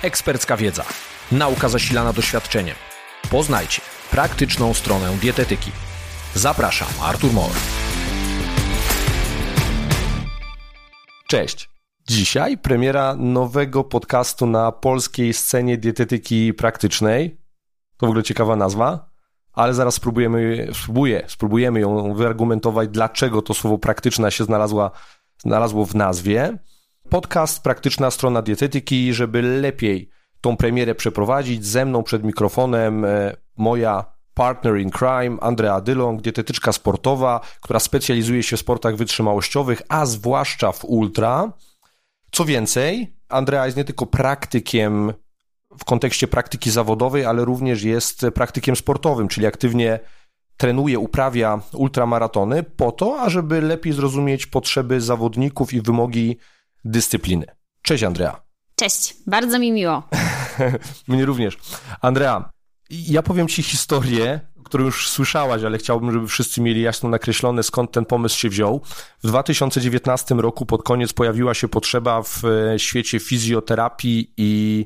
ekspercka wiedza, nauka zasilana doświadczeniem. Poznajcie praktyczną stronę dietetyki. Zapraszam, Artur Mor. Cześć. Dzisiaj premiera nowego podcastu na polskiej scenie dietetyki praktycznej. To w ogóle ciekawa nazwa, ale zaraz spróbujemy ją wyargumentować, dlaczego to słowo praktyczna się znalazło w nazwie. Podcast Praktyczna strona dietetyki, żeby lepiej tą premierę przeprowadzić. Ze mną przed mikrofonem moja partner in crime, Andrea Dylong, dietetyczka sportowa, która specjalizuje się w sportach wytrzymałościowych, a zwłaszcza w ultra. Co więcej, Andrea jest nie tylko praktykiem w kontekście praktyki zawodowej, ale również jest praktykiem sportowym, czyli aktywnie trenuje, uprawia ultramaratony po to, ażeby lepiej zrozumieć potrzeby zawodników i wymogi dyscypliny. Cześć, Andrea. Cześć, bardzo mi miło. Mnie również. Andrea, ja powiem Ci historię, którą już słyszałaś, ale chciałbym, żeby wszyscy mieli jasno nakreślone, skąd ten pomysł się wziął. W 2019 roku pod koniec pojawiła się potrzeba w świecie fizjoterapii i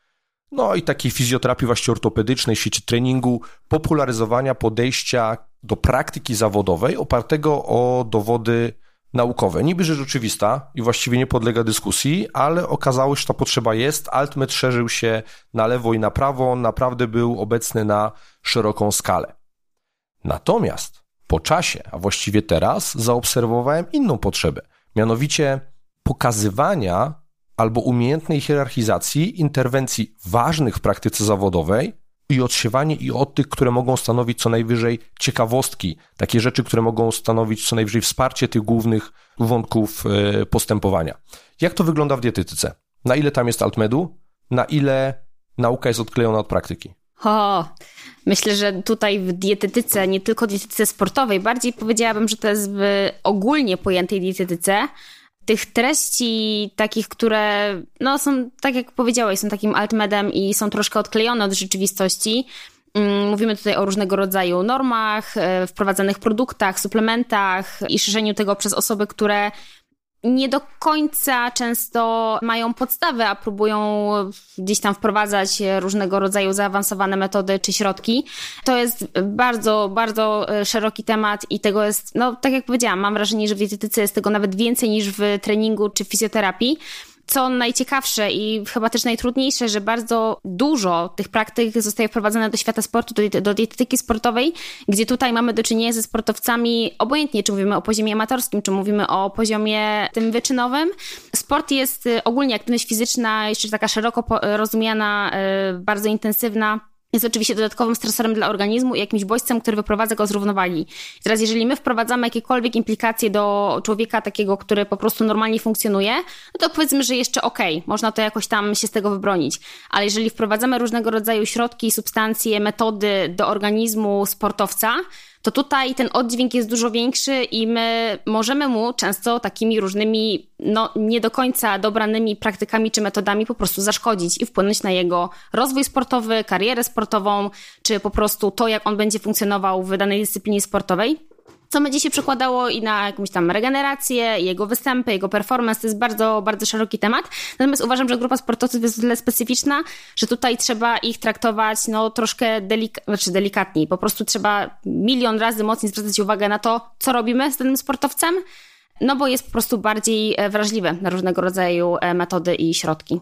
takiej fizjoterapii właśnie ortopedycznej, w świecie treningu, popularyzowania podejścia do praktyki zawodowej opartego o dowody naukowe. Niby rzecz oczywista i właściwie nie podlega dyskusji, ale okazało się, że ta potrzeba jest. AltMed szerzył się na lewo i na prawo, naprawdę był obecny na szeroką skalę. Natomiast po czasie, a właściwie teraz, zaobserwowałem inną potrzebę, mianowicie pokazywania albo umiejętnej hierarchizacji interwencji ważnych w praktyce zawodowej i odsiewanie i od tych, które mogą stanowić co najwyżej ciekawostki, takie rzeczy, które mogą stanowić co najwyżej wsparcie tych głównych wątków postępowania. Jak to wygląda w dietetyce? Na ile tam jest AltMedu? Na ile nauka jest odklejona od praktyki? Myślę, że tutaj w dietetyce, nie tylko dietetyce sportowej, bardziej powiedziałabym, że to jest w ogólnie pojętej dietetyce, tych treści takich, które są, tak jak powiedziałeś, są takim AltMedem i są troszkę odklejone od rzeczywistości. Mówimy tutaj o różnego rodzaju normach, wprowadzanych produktach, suplementach i szerzeniu tego przez osoby, które nie do końca często mają podstawę, a próbują gdzieś tam wprowadzać różnego rodzaju zaawansowane metody czy środki. To jest bardzo, bardzo szeroki temat i tego jest, tak jak powiedziałam, mam wrażenie, że w dietetyce jest tego nawet więcej niż w treningu czy w fizjoterapii. Co najciekawsze i chyba też najtrudniejsze, że bardzo dużo tych praktyk zostaje wprowadzone do świata sportu, do dietetyki sportowej, gdzie tutaj mamy do czynienia ze sportowcami, obojętnie czy mówimy o poziomie amatorskim, czy mówimy o poziomie tym wyczynowym. Sport jest ogólnie aktywność fizyczna, jeszcze taka szeroko rozumiana, bardzo intensywna. Jest oczywiście dodatkowym stresorem dla organizmu i jakimś bodźcem, który wyprowadza go z równowagi. I teraz jeżeli my wprowadzamy jakiekolwiek implikacje do człowieka takiego, który po prostu normalnie funkcjonuje, to powiedzmy, że jeszcze można to jakoś tam się z tego wybronić. Ale jeżeli wprowadzamy różnego rodzaju środki, substancje, metody do organizmu sportowca, to tutaj ten oddźwięk jest dużo większy i my możemy mu często takimi różnymi, nie do końca dobranymi praktykami czy metodami po prostu zaszkodzić i wpłynąć na jego rozwój sportowy, karierę sportową, czy po prostu to, jak on będzie funkcjonował w danej dyscyplinie sportowej. Co będzie się przekładało i na jakąś tam regenerację, jego występy, jego performance. To jest bardzo, bardzo szeroki temat. Natomiast uważam, że grupa sportowców jest o tyle specyficzna, że tutaj trzeba ich traktować troszkę delikatniej. Po prostu trzeba milion razy mocniej zwracać uwagę na to, co robimy z danym sportowcem, bo jest po prostu bardziej wrażliwy na różnego rodzaju metody i środki.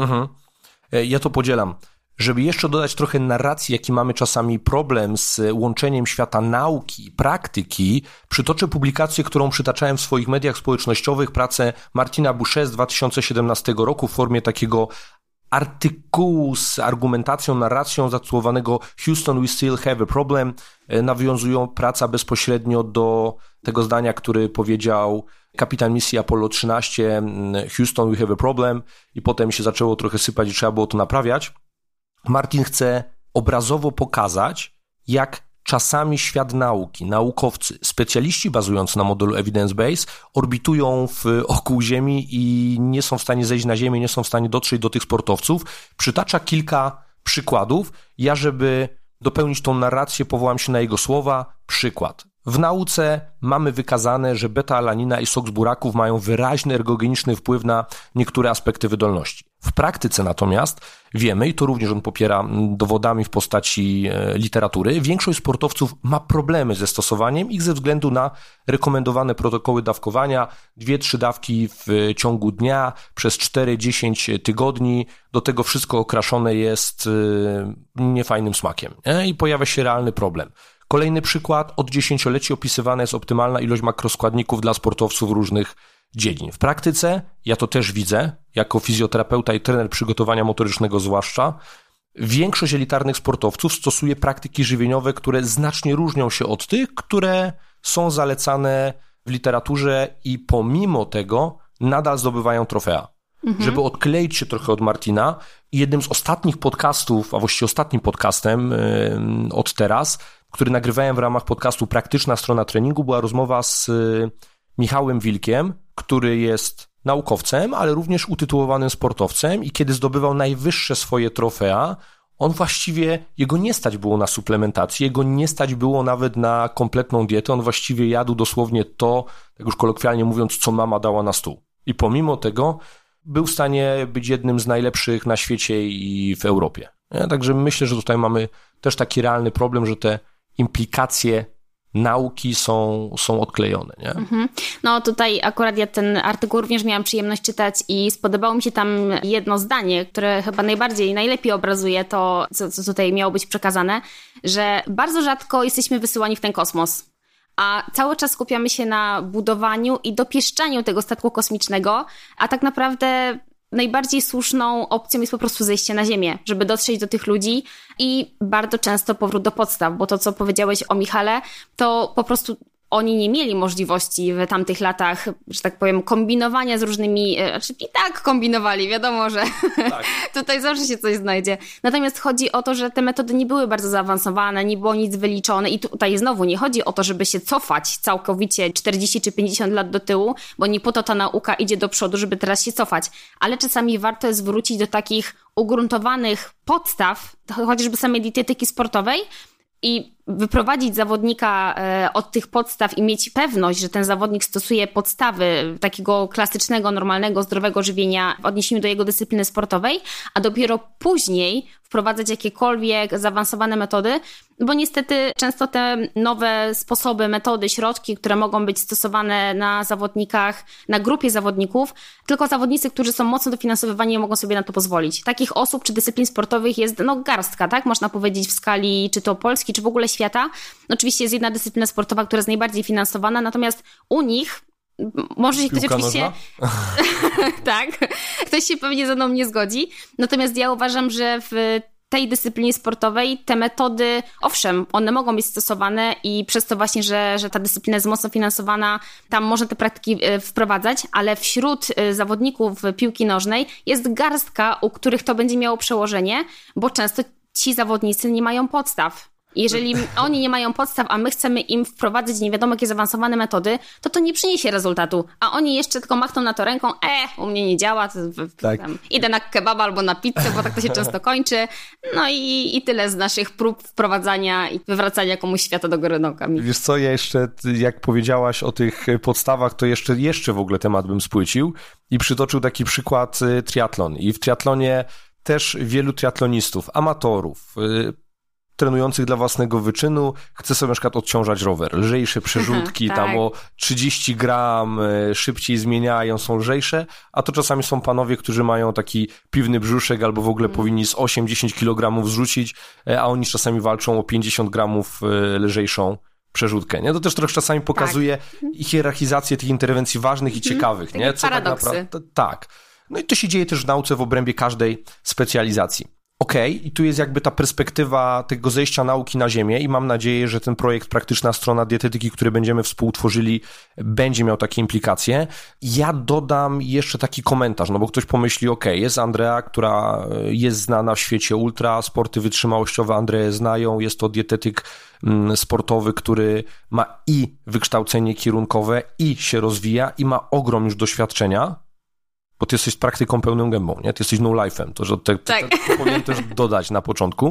Ja to podzielam. Żeby jeszcze dodać trochę narracji, jaki mamy czasami problem z łączeniem świata nauki, praktyki, przytoczę publikację, którą przytaczałem w swoich mediach społecznościowych, pracę Martina Boucher z 2017 roku w formie takiego artykułu z argumentacją, narracją zatytułowanego Houston, we still have a problem. Nawiązują praca bezpośrednio do tego zdania, który powiedział kapitan misji Apollo 13, Houston, we have a problem, i potem się zaczęło trochę sypać i trzeba było to naprawiać. Martin chce obrazowo pokazać, jak czasami świat nauki, naukowcy, specjaliści bazujący na modelu evidence-based orbitują wokół Ziemi i nie są w stanie zejść na Ziemię, nie są w stanie dotrzeć do tych sportowców. Przytacza kilka przykładów. Ja, żeby dopełnić tą narrację, powołam się na jego słowa. Przykład. W nauce mamy wykazane, że beta-alanina i sok z buraków mają wyraźny ergogeniczny wpływ na niektóre aspekty wydolności. W praktyce natomiast wiemy, i to również on popiera dowodami w postaci literatury, większość sportowców ma problemy ze stosowaniem ich ze względu na rekomendowane protokoły dawkowania, 2-3 dawki w ciągu dnia przez 4-10 tygodni. Do tego wszystko okraszone jest niefajnym smakiem, nie? I pojawia się realny problem. Kolejny przykład, od dziesięcioleci opisywana jest optymalna ilość makroskładników dla sportowców różnych dziedzin. W praktyce, ja to też widzę, jako fizjoterapeuta i trener przygotowania motorycznego zwłaszcza, większość elitarnych sportowców stosuje praktyki żywieniowe, które znacznie różnią się od tych, które są zalecane w literaturze i pomimo tego nadal zdobywają trofea. Żeby odkleić się trochę od Martina, jednym z ostatnich podcastów, a właściwie ostatnim podcastem od teraz, który nagrywałem w ramach podcastu Praktyczna strona treningu, była rozmowa z Michałem Wilkiem, który jest naukowcem, ale również utytułowanym sportowcem i kiedy zdobywał najwyższe swoje trofea, on właściwie, jego nie stać było na suplementację, jego nie stać było nawet na kompletną dietę, on właściwie jadł dosłownie to, tak już kolokwialnie mówiąc, co mama dała na stół. I pomimo tego był w stanie być jednym z najlepszych na świecie i w Europie. Nie? Także myślę, że tutaj mamy też taki realny problem, że te implikacje nauki są odklejone, nie? No tutaj akurat ja ten artykuł również miałam przyjemność czytać i spodobało mi się tam jedno zdanie, które chyba najlepiej obrazuje to, co tutaj miało być przekazane, że bardzo rzadko jesteśmy wysyłani w ten kosmos, a cały czas skupiamy się na budowaniu i dopieszczaniu tego statku kosmicznego, a tak naprawdę najbardziej słuszną opcją jest po prostu zejście na Ziemię, żeby dotrzeć do tych ludzi i bardzo często powrót do podstaw, bo to, co powiedziałeś o Michale, to po prostu oni nie mieli możliwości w tamtych latach, że tak powiem, kombinowania z różnymi, znaczy i tak kombinowali, wiadomo, że tak. Tutaj zawsze się coś znajdzie. Natomiast chodzi o to, że te metody nie były bardzo zaawansowane, nie było nic wyliczone i tutaj znowu nie chodzi o to, żeby się cofać całkowicie 40 czy 50 lat do tyłu, bo nie po to ta nauka idzie do przodu, żeby teraz się cofać. Ale czasami warto jest wrócić do takich ugruntowanych podstaw, chociażby samej dietetyki sportowej, i wyprowadzić zawodnika od tych podstaw i mieć pewność, że ten zawodnik stosuje podstawy takiego klasycznego, normalnego, zdrowego żywienia w odniesieniu do jego dyscypliny sportowej, a dopiero później wprowadzać jakiekolwiek zaawansowane metody, bo niestety często te nowe sposoby, metody, środki, które mogą być stosowane na zawodnikach, na grupie zawodników, tylko zawodnicy, którzy są mocno dofinansowywani, mogą sobie na to pozwolić. Takich osób czy dyscyplin sportowych jest garstka, tak? Można powiedzieć w skali czy to Polski, czy w ogóle świata. Oczywiście jest jedna dyscyplina sportowa, która jest najbardziej finansowana, natomiast u nich może się ktoś oczywiście... tak, ktoś się pewnie ze mną nie zgodzi. Natomiast ja uważam, że w tej dyscyplinie sportowej te metody, owszem, one mogą być stosowane i przez to właśnie, że ta dyscyplina jest mocno finansowana, tam można te praktyki wprowadzać, ale wśród zawodników piłki nożnej jest garstka, u których to będzie miało przełożenie, bo często ci zawodnicy nie mają podstaw. Jeżeli oni nie mają podstaw, a my chcemy im wprowadzać nie wiadomo jakie zaawansowane metody, to nie przyniesie rezultatu. A oni jeszcze tylko machną na to ręką, u mnie nie działa, tak. Idę na kebaba albo na pizzę, bo tak to się często kończy. No i tyle z naszych prób wprowadzania i wywracania komuś świata do góry nogami. Wiesz co, ja jeszcze, jak powiedziałaś o tych podstawach, to jeszcze w ogóle temat bym spłycił i przytoczył taki przykład triatlon. I w triatlonie też wielu triatlonistów, amatorów, trenujących dla własnego wyczynu, chce sobie na przykład odciążać rower. Lżejsze przerzutki, tak. Tam o 30 gram szybciej zmieniają, są lżejsze, a to czasami są panowie, którzy mają taki piwny brzuszek albo w ogóle powinni z 8-10 kg zrzucić, a oni czasami walczą o 50 gramów lżejszą przerzutkę. Nie? To też trochę czasami pokazuje hierarchizację tych interwencji ważnych i ciekawych. Nie? Co paradoksy. Tak naprawdę, tak. No i to się dzieje też w nauce w obrębie każdej specjalizacji. Okej, i tu jest jakby ta perspektywa tego zejścia nauki na ziemię i mam nadzieję, że ten projekt Praktyczna strona dietetyki, który będziemy współtworzyli, będzie miał takie implikacje. Ja dodam jeszcze taki komentarz, no bo ktoś pomyśli, jest Andrea, która jest znana w świecie ultra, sporty wytrzymałościowe Andreę znają, jest to dietetyk sportowy, który ma i wykształcenie kierunkowe, i się rozwija, i ma ogrom już doświadczenia, bo ty jesteś praktyką pełną gębą, nie? Ty jesteś no-life'em, to powinien też dodać na początku.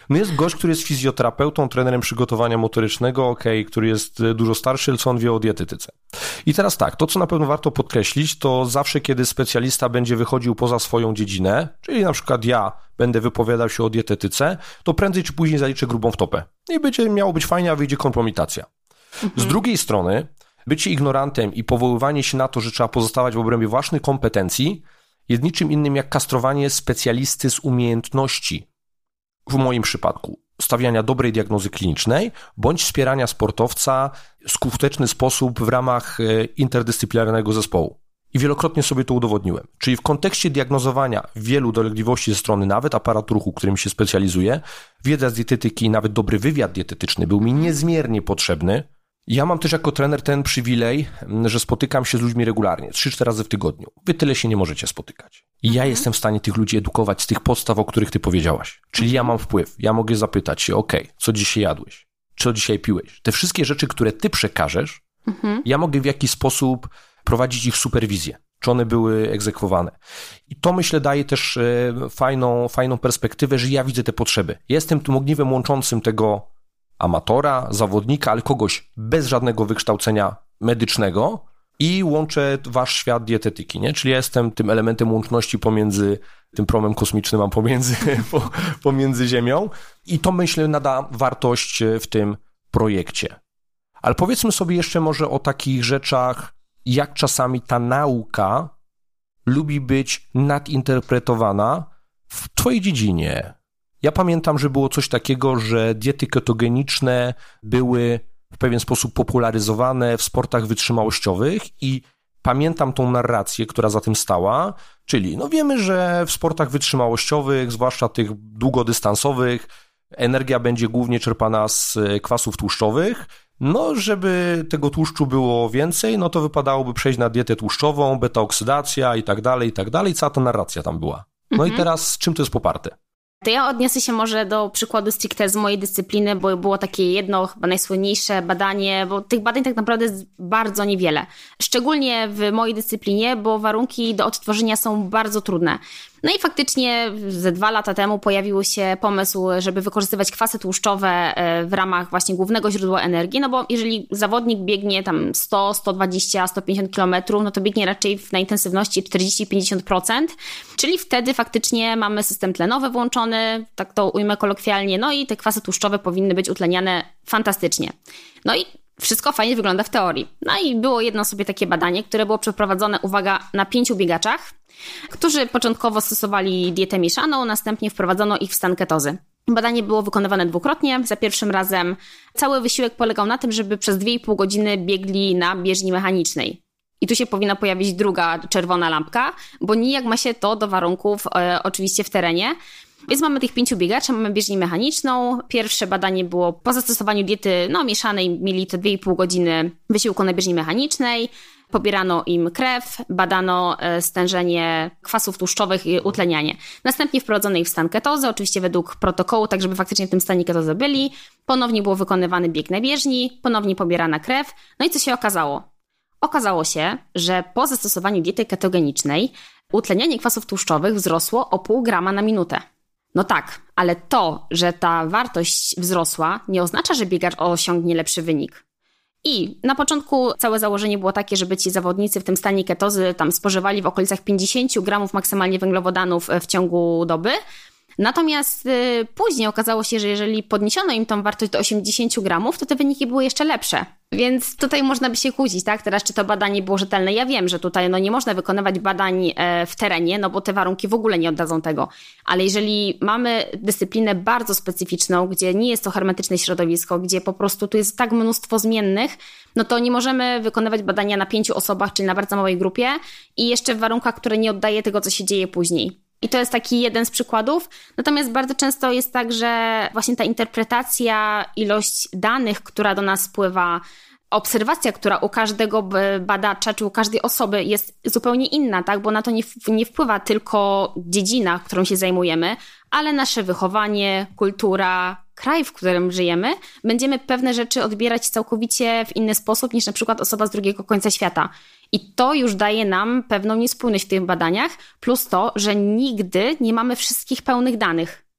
No jest gość, który jest fizjoterapeutą, trenerem przygotowania motorycznego, który jest dużo starszy, ale co on wie o dietetyce. I teraz tak, to co na pewno warto podkreślić, to zawsze kiedy specjalista będzie wychodził poza swoją dziedzinę, czyli na przykład ja będę wypowiadał się o dietetyce, to prędzej czy później zaliczę grubą wtopę. I będzie miało być fajnie, a wyjdzie kompromitacja. Z drugiej strony, bycie ignorantem i powoływanie się na to, że trzeba pozostawać w obrębie własnych kompetencji, jest niczym innym jak kastrowanie specjalisty z umiejętności, w moim przypadku, stawiania dobrej diagnozy klinicznej, bądź wspierania sportowca w skuteczny sposób w ramach interdyscyplinarnego zespołu. I wielokrotnie sobie to udowodniłem. Czyli w kontekście diagnozowania wielu dolegliwości ze strony nawet aparatu ruchu, którym się specjalizuję, wiedza z dietetyki i nawet dobry wywiad dietetyczny był mi niezmiernie potrzebny. Ja mam też jako trener ten przywilej, że spotykam się z ludźmi regularnie, 3-4 razy w tygodniu. Wy tyle się nie możecie spotykać. I ja jestem w stanie tych ludzi edukować z tych podstaw, o których ty powiedziałaś. Czyli ja mam wpływ. Ja mogę zapytać się, co dzisiaj jadłeś? Co dzisiaj piłeś? Te wszystkie rzeczy, które ty przekażesz, ja mogę w jakiś sposób prowadzić ich superwizję. Czy one były egzekwowane. I to, myślę, daje też fajną perspektywę, że ja widzę te potrzeby. Ja jestem tym ogniwem łączącym tego amatora, zawodnika, ale kogoś bez żadnego wykształcenia medycznego i łączę wasz świat dietetyki, nie? Czyli ja jestem tym elementem łączności pomiędzy tym promem kosmicznym, a pomiędzy Ziemią i to, myślę, nada wartość w tym projekcie. Ale powiedzmy sobie jeszcze może o takich rzeczach, jak czasami ta nauka lubi być nadinterpretowana w twojej dziedzinie. Ja pamiętam, że było coś takiego, że diety ketogeniczne były w pewien sposób popularyzowane w sportach wytrzymałościowych i pamiętam tą narrację, która za tym stała, czyli wiemy, że w sportach wytrzymałościowych, zwłaszcza tych długodystansowych, energia będzie głównie czerpana z kwasów tłuszczowych. Żeby tego tłuszczu było więcej, to wypadałoby przejść na dietę tłuszczową, beta-oksydacja i tak dalej, cała ta narracja tam była. I teraz czym to jest poparte? To ja odniosę się może do przykładu stricte z mojej dyscypliny, bo było takie jedno, chyba najsłynniejsze badanie, bo tych badań tak naprawdę jest bardzo niewiele. Szczególnie w mojej dyscyplinie, bo warunki do odtworzenia są bardzo trudne. I faktycznie ze 2 lata temu pojawił się pomysł, żeby wykorzystywać kwasy tłuszczowe w ramach właśnie głównego źródła energii, bo jeżeli zawodnik biegnie tam 100, 120, 150 km, to biegnie raczej na intensywności 40-50%, czyli wtedy faktycznie mamy system tlenowy włączony, tak to ujmę kolokwialnie, i te kwasy tłuszczowe powinny być utleniane fantastycznie. I wszystko fajnie wygląda w teorii. I było jedno sobie takie badanie, które było przeprowadzone, uwaga, na 5 biegaczach, którzy początkowo stosowali dietę mieszaną, następnie wprowadzono ich w stan ketozy. Badanie było wykonywane 2-krotnie. Za pierwszym razem cały wysiłek polegał na tym, żeby przez 2,5 godziny biegli na bieżni mechanicznej. I tu się powinna pojawić druga czerwona lampka, bo nijak ma się to do warunków oczywiście w terenie. Więc mamy tych 5 biegaczy, mamy bieżnię mechaniczną. Pierwsze badanie było po zastosowaniu diety mieszanej, mieli te 2,5 godziny wysiłku na bieżni mechanicznej. Pobierano im krew, badano stężenie kwasów tłuszczowych i utlenianie. Następnie wprowadzono ich w stan ketozy, oczywiście według protokołu, tak żeby faktycznie w tym stanie ketozy byli. Ponownie był wykonywany bieg na bieżni, ponownie pobierana krew. I co się okazało? Okazało się, że po zastosowaniu diety ketogenicznej utlenianie kwasów tłuszczowych wzrosło o 0,5 grama na minutę. Tak, ale to, że ta wartość wzrosła, nie oznacza, że biegacz osiągnie lepszy wynik. I na początku całe założenie było takie, żeby ci zawodnicy w tym stanie ketozy tam spożywali w okolicach 50 gramów maksymalnie węglowodanów w ciągu doby. Natomiast później okazało się, że jeżeli podniesiono im tą wartość do 80 gramów, to te wyniki były jeszcze lepsze. Więc tutaj można by się kłócić, tak? Teraz czy to badanie było rzetelne? Ja wiem, że tutaj nie można wykonywać badań w terenie, bo te warunki w ogóle nie oddadzą tego. Ale jeżeli mamy dyscyplinę bardzo specyficzną, gdzie nie jest to hermetyczne środowisko, gdzie po prostu tu jest tak mnóstwo zmiennych, to nie możemy wykonywać badania na 5 osobach, czyli na bardzo małej grupie i jeszcze w warunkach, które nie oddaje tego, co się dzieje później. I to jest taki jeden z przykładów. Natomiast bardzo często jest tak, że właśnie ta interpretacja, ilość danych, która do nas spływa, obserwacja, która u każdego badacza czy u każdej osoby jest zupełnie inna, tak? Bo na to nie wpływa tylko dziedzina, którą się zajmujemy, ale nasze wychowanie, kultura, kraj, w którym żyjemy, będziemy pewne rzeczy odbierać całkowicie w inny sposób niż na przykład osoba z drugiego końca świata. I to już daje nam pewną niespójność w tych badaniach, plus to, że nigdy nie mamy wszystkich pełnych danych.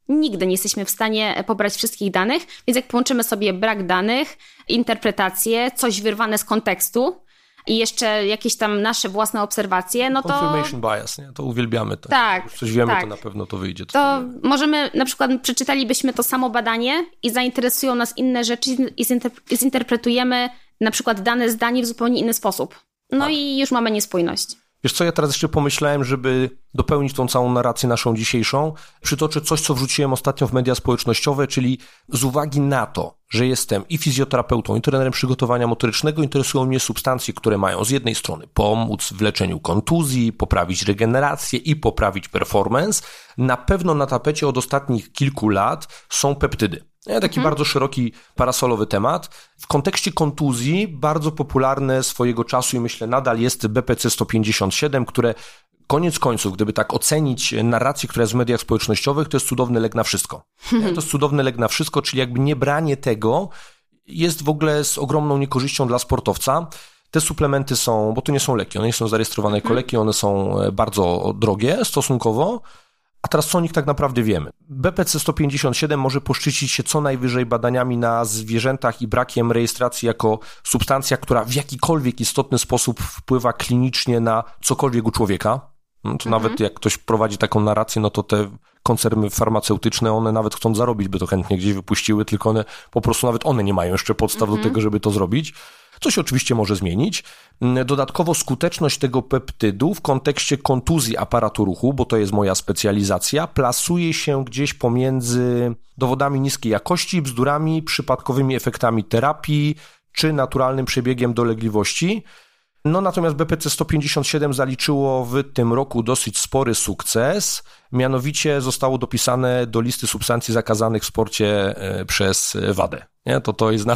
Nigdy nie jesteśmy w stanie pobrać wszystkich danych, więc jak połączymy sobie brak danych, interpretację, coś wyrwane z kontekstu i jeszcze jakieś tam nasze własne obserwacje, no to... Confirmation bias, nie? To uwielbiamy. Tak. Jak coś wiemy, to na pewno to wyjdzie. To możemy, na przykład przeczytalibyśmy to samo badanie i zainteresują nas inne rzeczy i zinterpretujemy na przykład dane zdanie w zupełnie inny sposób. No i już mamy niespójność. Wiesz co, ja teraz jeszcze pomyślałem, żeby dopełnić tą całą narrację naszą dzisiejszą, przytoczę coś, co wrzuciłem ostatnio w media społecznościowe, czyli z uwagi na to, że jestem i fizjoterapeutą, i trenerem przygotowania motorycznego, interesują mnie substancje, które mają z jednej strony pomóc w leczeniu kontuzji, poprawić regenerację i poprawić performance. Na pewno na tapecie od ostatnich kilku lat są peptydy. Taki bardzo szeroki, parasolowy temat. W kontekście kontuzji bardzo popularne swojego czasu i myślę nadal jest BPC 157, które koniec końców, gdyby tak ocenić narrację, która jest w mediach społecznościowych, to jest cudowny lek na wszystko. To jest cudowny lek na wszystko, czyli jakby nie branie tego jest w ogóle z ogromną niekorzyścią dla sportowca. Te suplementy są, bo to nie są leki, one nie są zarejestrowane jako leki, one są bardzo drogie stosunkowo. A teraz co o nich tak naprawdę wiemy? BPC 157 może poszczycić się co najwyżej badaniami na zwierzętach i brakiem rejestracji jako substancja, która w jakikolwiek istotny sposób wpływa klinicznie na cokolwiek u człowieka. No to nawet jak ktoś prowadzi taką narrację, no to te koncerny farmaceutyczne, one nawet chcą zarobić, by to chętnie gdzieś wypuściły, tylko one po prostu nawet one nie mają jeszcze podstaw do tego, żeby to zrobić. Co się oczywiście może zmienić. Dodatkowo skuteczność tego peptydu w kontekście kontuzji aparatu ruchu, bo to jest moja specjalizacja, plasuje się gdzieś pomiędzy dowodami niskiej jakości, bzdurami, przypadkowymi efektami terapii czy naturalnym przebiegiem dolegliwości. No natomiast BPC 157 zaliczyło w tym roku dosyć spory sukces, mianowicie zostało dopisane do listy substancji zakazanych w sporcie przez WADA. Nie? To jest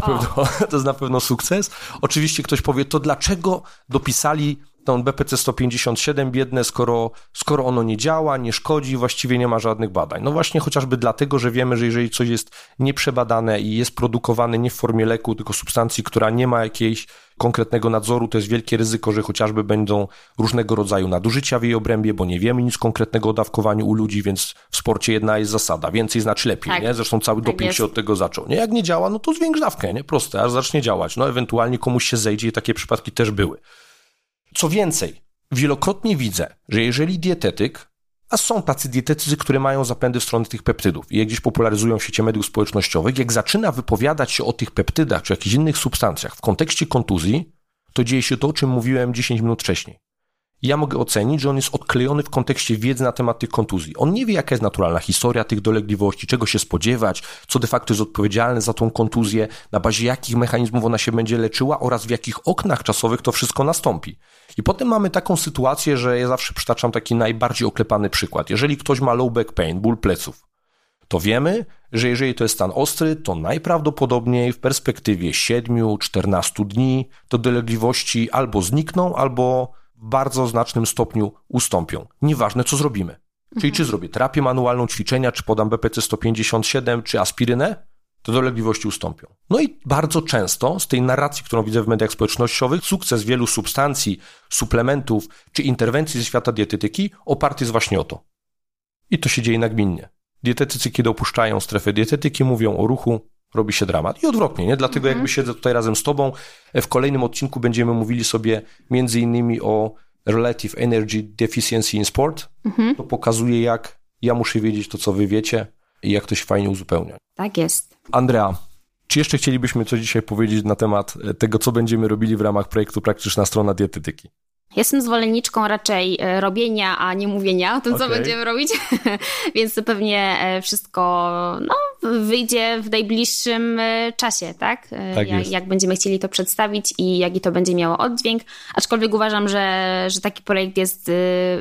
na pewno sukces. Oczywiście ktoś powie, to dlaczego dopisali tą BPC 157 biedne, skoro ono nie działa, nie szkodzi, właściwie nie ma żadnych badań. No właśnie chociażby dlatego, że wiemy, że jeżeli coś jest nieprzebadane i jest produkowane nie w formie leku, tylko substancji, która nie ma jakiegoś konkretnego nadzoru, to jest wielkie ryzyko, że chociażby będą różnego rodzaju nadużycia w jej obrębie, bo nie wiemy nic konkretnego o dawkowaniu u ludzi, więc w sporcie jedna jest zasada, więcej znaczy lepiej, tak. Nie? Zresztą cały doping się od tego zaczął. Nie? Jak nie działa, no to zwiększ dawkę, nie? Proste, aż zacznie działać. No ewentualnie komuś się zejdzie i takie przypadki też były. Co więcej, wielokrotnie widzę, że jeżeli dietetyk, a są tacy dietetycy, które mają zapędy w stronę tych peptydów i jak gdzieś popularyzują w sieci mediów społecznościowych, jak zaczyna wypowiadać się o tych peptydach czy jakichś innych substancjach w kontekście kontuzji, to dzieje się to, o czym mówiłem 10 minut wcześniej. Ja mogę ocenić, że on jest odklejony w kontekście wiedzy na temat tych kontuzji. On nie wie, jaka jest naturalna historia tych dolegliwości, czego się spodziewać, co de facto jest odpowiedzialne za tą kontuzję, na bazie jakich mechanizmów ona się będzie leczyła oraz w jakich oknach czasowych to wszystko nastąpi. I potem mamy taką sytuację, że ja zawsze przytaczam taki najbardziej oklepany przykład. Jeżeli ktoś ma low back pain, ból pleców, to wiemy, że jeżeli to jest stan ostry, to najprawdopodobniej w perspektywie 7-14 dni to dolegliwości albo znikną, albo w bardzo znacznym stopniu ustąpią. Nieważne, co zrobimy. Czyli czy zrobię terapię manualną, ćwiczenia, czy podam BPC 157, czy aspirynę, to dolegliwości ustąpią. No i bardzo często z tej narracji, którą widzę w mediach społecznościowych, sukces wielu substancji, suplementów, czy interwencji ze świata dietetyki oparty jest właśnie o to. I to się dzieje nagminnie. Dietetycy, kiedy opuszczają strefę dietetyki, mówią o ruchu, robi się dramat. I odwrotnie, nie? Dlatego jakby siedzę tutaj razem z tobą, w kolejnym odcinku będziemy mówili sobie między innymi o Relative Energy Deficiency in Sport. To pokazuje, jak ja muszę wiedzieć to, co wy wiecie i jak to się fajnie uzupełnia. Tak jest. Andrea, czy jeszcze chcielibyśmy coś dzisiaj powiedzieć na temat tego, co będziemy robili w ramach projektu Praktyczna Strona Dietetyki? Jestem zwolenniczką raczej robienia, a nie mówienia o tym, co będziemy robić, więc to pewnie wszystko wyjdzie w najbliższym czasie, tak? Jak będziemy chcieli to przedstawić i jaki to będzie miało oddźwięk. Aczkolwiek uważam, że taki projekt jest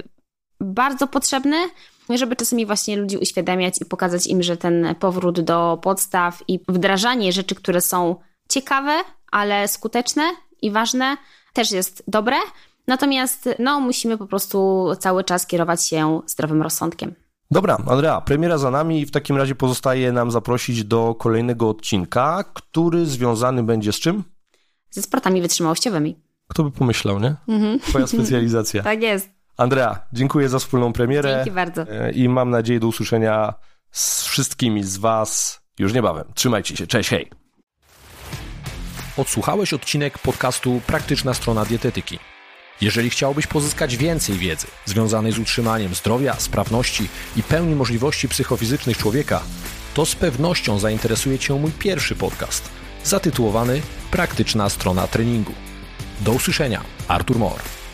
bardzo potrzebny, żeby czasami właśnie ludzi uświadamiać i pokazać im, że ten powrót do podstaw i wdrażanie rzeczy, które są ciekawe, ale skuteczne i ważne, też jest dobre. Natomiast musimy po prostu cały czas kierować się zdrowym rozsądkiem. Dobra, Andrea, premiera za nami i w takim razie pozostaje nam zaprosić do kolejnego odcinka, który związany będzie z czym? Ze sportami wytrzymałościowymi. Kto by pomyślał, nie? Twoja specjalizacja. Tak jest. Andrea, dziękuję za wspólną premierę. Dzięki bardzo. I mam nadzieję do usłyszenia z wszystkimi z Was już niebawem. Trzymajcie się, cześć, hej! Odsłuchałeś odcinek podcastu Praktyczna strona dietetyki. Jeżeli chciałbyś pozyskać więcej wiedzy związanej z utrzymaniem zdrowia, sprawności i pełni możliwości psychofizycznych człowieka, to z pewnością zainteresuje Cię mój pierwszy podcast zatytułowany Praktyczna strona treningu. Do usłyszenia, Artur Mor.